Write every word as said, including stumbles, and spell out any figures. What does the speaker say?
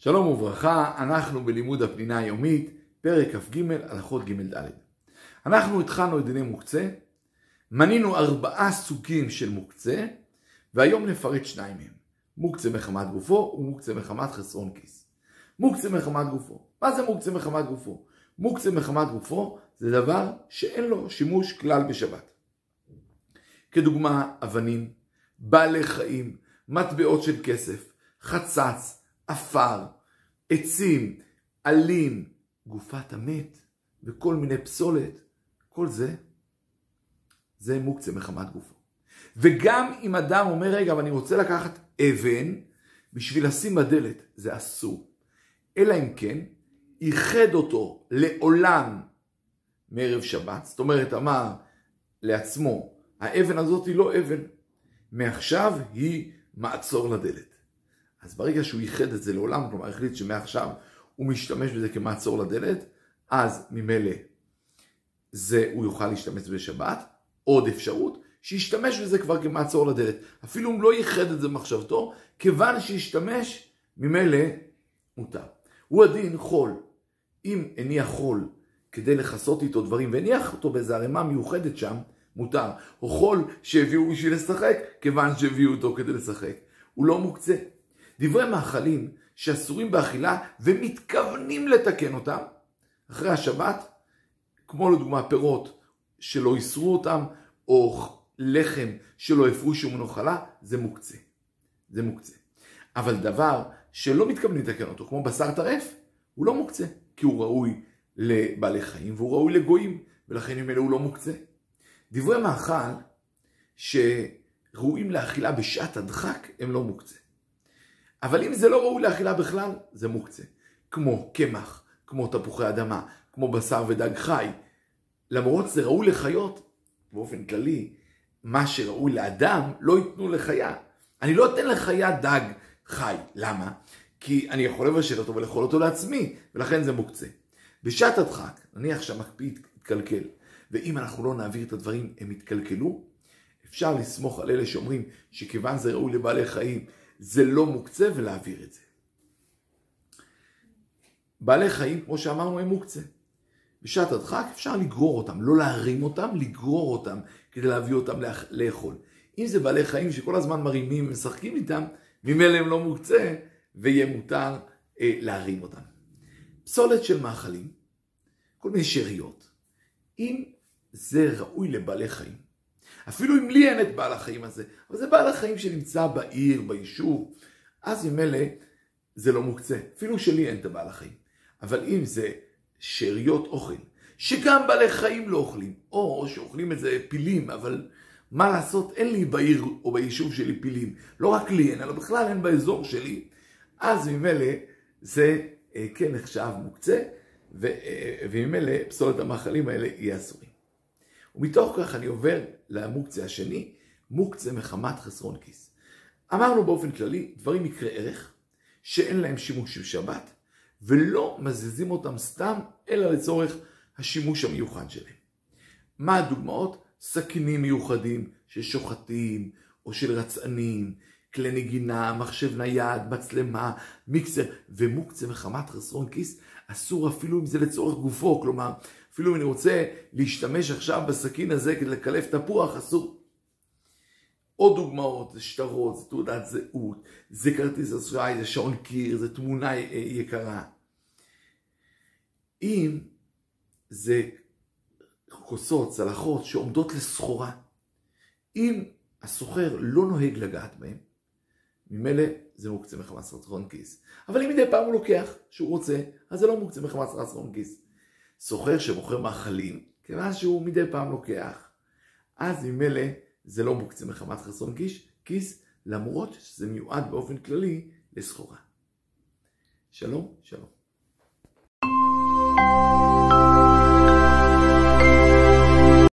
שלום וברכה, אנחנו בלימוד הפנינה היומית, פרק כ"ג, הלכות ג' ד'. אנחנו התחלנו את דיני מוקצה, מנינו ארבעה סוגים של מוקצה, והיום נפרט שניים מהם. מוקצה מחמת גופו ומוקצה מחמת חסרון כיס. מוקצה מחמת גופו. מה זה מוקצה מחמת גופו? מוקצה מחמת גופו זה דבר שאין לו שימוש כלל בשבת. כדוגמה, אבנים, בעלי חיים, מטבעות של כסף, חצץ, אפר, עצים, עלים, גופת המת וכל מיני פסולת, כל זה, זה מוקצה מחמת גופו. וגם אם אדם אומר, רגע, אבל אני רוצה לקחת אבן בשביל לשים בדלת, זה אסור. אלא אם כן, ייחד אותו לעולם מערב שבת, זאת אומרת, אמר לעצמו, האבן הזאת היא לא אבן, מעכשיו היא מעצור לדלת. אז ברגע שהוא ייחד את זה לעולם, כלומר החליט שמעכשיו הוא משתמש בזה כמעצור לדלת, אז ממילא זה הוא יוכל להשתמש בשבת. עוד אפשרות, שישתמש בזה כבר כמעצור לדלת. אפילו אם לא ייחד את זה במחשבתו, כיוון שישתמש, ממילא מותר. הוא הדין חול. אם הניח חול כדי לחסות איתו דברים, והניח אותו באיזו ערימה מיוחדת שם, מותר. או חול שהביאו בשביל לשחק, כיוון שהביאו אותו כדי לשחק. הוא לא מוקצה. דברי מאכלים שאסורים באכילה ומתכוונים לתקן אותם אחרי השבת, כמו לדוגמה פירות שלא יסרו אותם, או לחם שלא הפרישו מנוחלה, זה מוקצה. זה מוקצה. אבל דבר שלא מתכוונים לתקן אותו, כמו בשר טרף, הוא לא מוקצה, כי הוא ראוי לבעלי חיים והוא ראוי לגויים, ולכן ממילא הוא לא מוקצה. דברי מאכל שראויים לאכילה בשעת הדחק, הם לא מוקצה. אבל אם זה לא ראוי לאכילה בכלל, זה מוקצה. כמו קמח, כמו תפוחי אדמה, כמו בשר ודג חי. למרות זה ראוי לחיות, באופן כללי, מה שראוי לאדם לא ייתנו לחיה. אני לא אתן לחיה דג חי. למה? כי אני יכול לבשל אותו ולאכול אותו לעצמי, ולכן זה מוקצה. בשעת הדחק, נניח שהמקפיא יתקלקל, ואם אנחנו לא נעביר את הדברים, הם יתקלקלו, אפשר לסמוך על אלה שאומרים שכיוון זה ראוי לבעלי חיים, זה לא מוקצה ולהעביר את זה. בעלי חיים, כמו שאמרנו, הם מוקצה. בשעת הדחק אפשר לגרור אותם, לא להרים אותם, לגרור אותם כדי להביא אותם לאכול. אם זה בעלי חיים שכל הזמן מרימים ומשחקים איתם, ממילא הם לא מוקצה ויהיה מותר אה, להרים אותם. פסולת של מאכלים, כל מיני שאריות. אם זה ראוי לבעלי חיים, אפילו אם לי אין את בעל החיים הזה, אבל זה בעל החיים שנמצא בעיר, ביישוב, אז ממילא זה לא מוקצה. אפילו שלי אין את בעל החיים. אבל אם זה שאריות אוכל, שגם בעלי חיים לא אוכלים, או שאוכלים את זה פילים, אבל מה לעשות, אין לי בעיר או ביישוב שלי פילים. לא רק לי אין, אלא בכלל אין באזור שלי. אז ממילא זה אה, כן נחשב מוקצה, ו, אה, וממילא פסולת המאכלים האלה יהיה אסורים. ומתוך כך אני עובר למוקצה השני, מוקצה מחמת חסרון כיס. אמרנו באופן כללי, דברים יקרי ערך, שאין להם שימוש בשבת, ולא מזיזים אותם סתם, אלא לצורך השימוש המיוחד שלהם. מה הדוגמאות? סכינים מיוחדים ששוחטים, או של רצענים, כלי נגינה, מחשב נייד, מצלמה, מיקסר, ומוקצה מחמת חסרון כיס, אסור אפילו אם זה לצורך גופו, כלומר, אפילו אם אני רוצה להשתמש עכשיו בסכין הזה כדי לקלף תפוח, אסור. עוד דוגמאות, זה שטרות, זה תעודת זהות, זה כרטיס אשראי, זה שעון קיר, זה תמונה יקרה. אם זה כוסות, צלחות שעומדות לסחורה, אם הסוחר לא נוהג לגעת בהם, ממילא זה מוקצה מחמת חסרון כיס. אבל אם מדי פעם הוא לוקח שהוא רוצה, אז זה לא מוקצה מחמת חסרון כיס. סוחר שמוכר מאכלים, כיוון שהוא מדי פעם לוקח, אז ממילא זה לא מוקצה מחמת חסרון כיס, למרות שזה מיועד באופן כללי לסחורה. שלום, שלום.